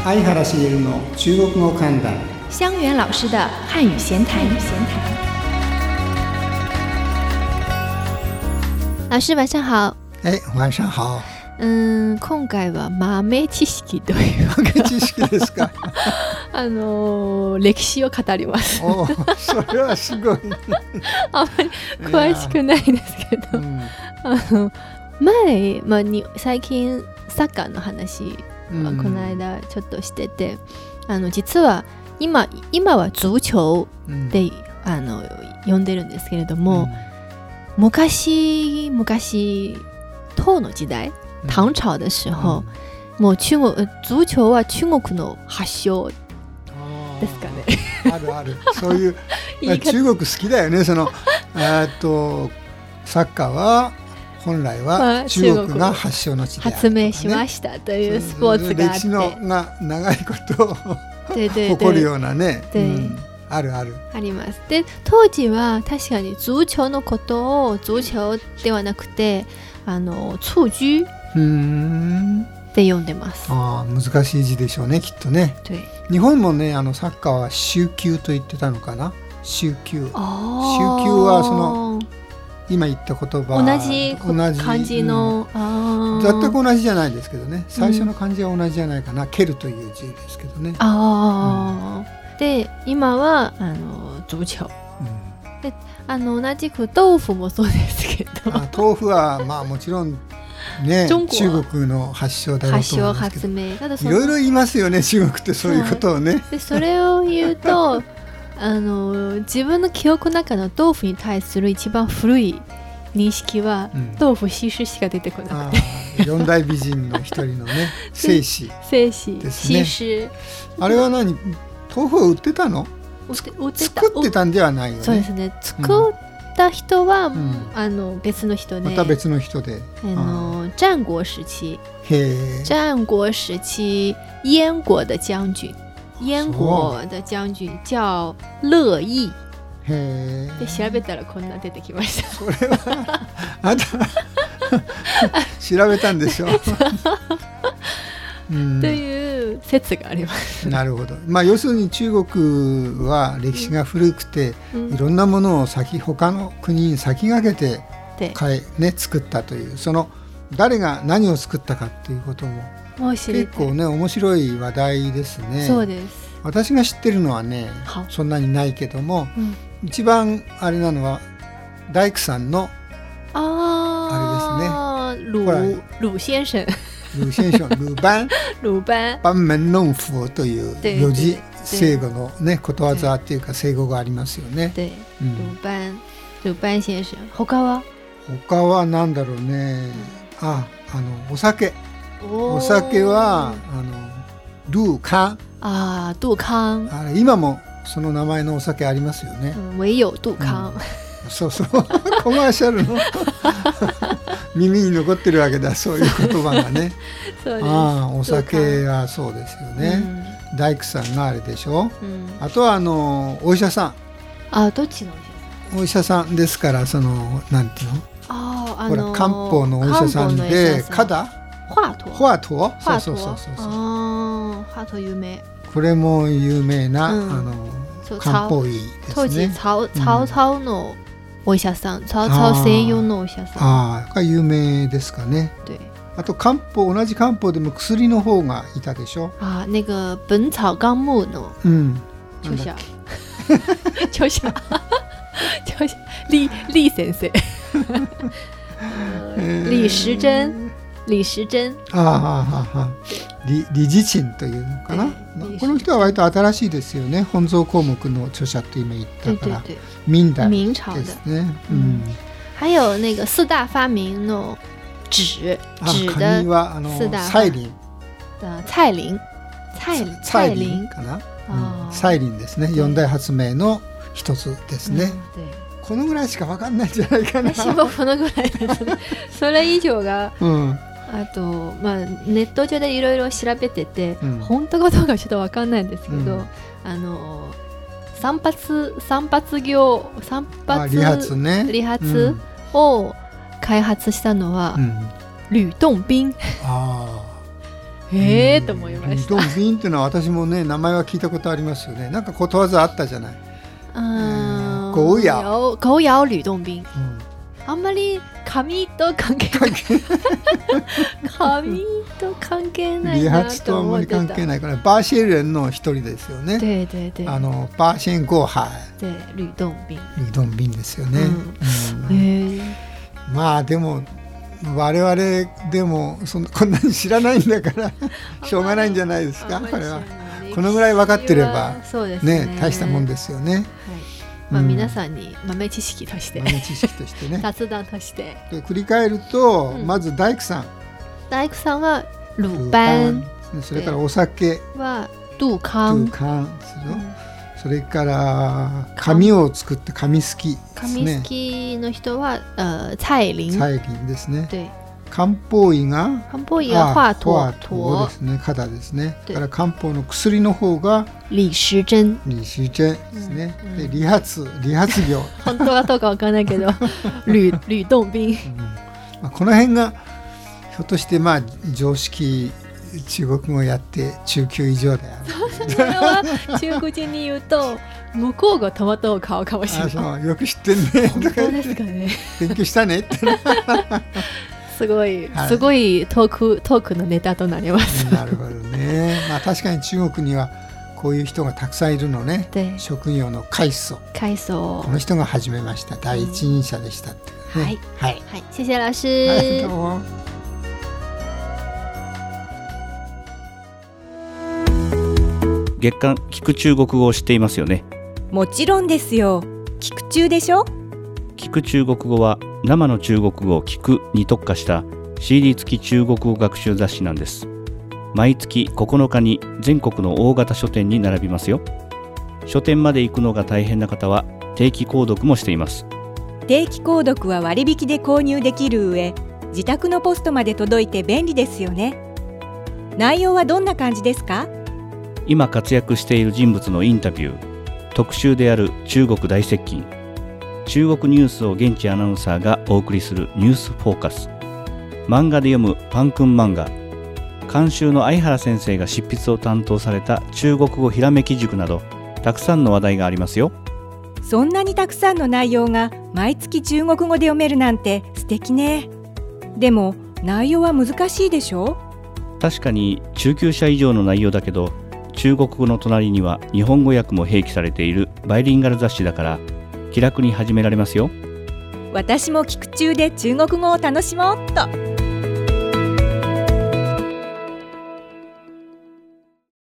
相原茂の中国語観覧。 香源老师的汉语闲谈。老師晚上好。 晚上好。 今回は豆知識という豆知識ですか。 歴史を語ります。 それはすごい。 あんまり詳しくないですけど、前、最近サッカーの話はこの間ちょっとしてて、実は今は足球で、呼んでるんですけれども、昔唐の時代、唐朝的時候、もう足球は中国の発祥ですかね。 あるそういう中国好きだよね。そのサッカーは本来は中国が発祥の地である、 発明しましたというスポーツがあって、 歴史が長いことを誇るようなね。あります。 で、当時は確かに足球のことを足球ではなくて蹴鞠って呼んでます。 難しい字でしょうね、きっとね。日本もね、サッカーは蹴球と言ってたのかな。蹴球はその今言った言葉同じ漢字の、 全く同じじゃないですけどね。最初の漢字は同じじゃないかな。蹴るという字ですけどね。 で、今は足球、で同じく豆腐もそうですけど、 豆腐はもちろんね、中国の発祥だろうと思うんですけど、いろいろ言いますよね、中国ってそういうことをね。 でそれを言うと自分の記憶の中の豆腐に対する一番古い認識は、豆腐西施しか出てこなくて、 四大美人の一人のね、西施ですね。あれは何、豆腐を売ってたの？作ってたんではないよね。 そうですね、作った人は、別の人で、 また別の人で、 战国時期燕国的将軍叫乐毅で、調べたらこんな出てきました。 それはあんた調べたんでしょ。 という説があります。 なるほど。要するに中国は歴史が古くて、いろんなものを他の国に先駆けて作ったという、その誰が何を作ったかっていうことも結構ね、面白い話題ですね。 そうです。 私が知ってるのはね、そんなにないけども、一番あれなのは大工さんのあれですね。 魯先生鲁班門弄斧という四字成語のね、ことわざっていうか成語がありますよね。 魯班先生。他はなんだろうね。お酒は杜康。 杜康。 今もその名前のお酒ありますよね。 唯有杜康。 そうコマーシャルの耳に残ってるわけだ、そういう言葉がね。お酒はそうですよね。大工さんがあれでしょ。あとはお医者さん。 どっちのお医者さんですから、なんていうの、ほら漢方のお医者さんで、華佗有名。 これも有名な漢方医ですね。 当時曹操のお医者さん、曹操専用のお医者さんが有名ですかね。あと同じ漢方でも薬の方がいたでしょ。 那个本草纲目の著者李先生。李時珍。李治珍というのかな。この人は割と新しいですよね。本草項目の著者って今言ったから、明代ですね。还有那个四大发明の紙的四大蔡林かな。蔡林ですね。四大発明の一つですね。このぐらいしか分かんないんじゃないかな。 私もこのぐらいですね。それ以上が、あと、ネット上でいろいろ調べてて、本当かどうかちょっと分かんないんですけど、散髪理髪を開発したのは、吕洞賓。 と思いました。 吕洞賓っていうのは私もね名前は聞いたことありますよね。なんかことわざあったじゃない。狗咬吕洞賓、あんまり髪と関係ない髪と関係ない理な髪とあんまりと思ってた。 関係ないからバーシェ人の一人ですよね。 对对对、 バーシェンゴーハイ对吕洞賓、 吕洞賓ですよね。まあでも我々でもこんなに知らないんだからしょうがないんじゃないですか。これはこのぐらい分かってれば、ね、大したもんですよね。 皆さんに豆知識として豆知識としてね雑談としてで振り返ると、まず大工さんは鲁班、 それからお酒は杜康、 それから紙を作った紙すきですね。 紙すきの人は蔡林ですね。漢方医が華佗ですね。肩ですね。だから漢方の薬の方が李時珍ですね。で理髪業本当はどうかわからないけど吕洞賓、 この辺がひょっとして常識中国語をやって中級以上である。 それは中国人に言うと向こうがトマトを買うかもしれない。 よく知ってんね。 本当ですかね。 勉強したねってすごいトークのネタとなります。 なるほどね。確かに中国にはこういう人がたくさんいるのね。職業の開祖この人が始めました。第一人者でしたってね。 謝謝老師。 どうも。 月刊聞く中国語を知っていますよね。 もちろんですよ。聞く中でしょ。 聞く中国語は生の中国語を聞くに特化した CD 付き中国語学習雑誌なんです。毎月9日に全国の大型書店に並びますよ。書店まで行くのが大変な方は定期購読もしています。 定期購読は割引で購入できる上、自宅のポストまで届いて便利ですよね。内容はどんな感じですか？ 今活躍している人物のインタビュー、特集である中国大接近、中国ニュースを現地アナウンサーがお送りするニュースフォーカス、漫画で読むパンくん漫画、監修の相原先生が執筆を担当された中国語ひらめき塾など、たくさんの話題がありますよ。 そんなにたくさんの内容が毎月中国語で読めるなんて素敵ね。でも内容は難しいでしょ？ 確かに中級者以上の内容だけど、中国語の隣には日本語訳も併記されているバイリンガル雑誌だから気楽に始められますよ。 私も聞く中で中国語を楽しもうっと。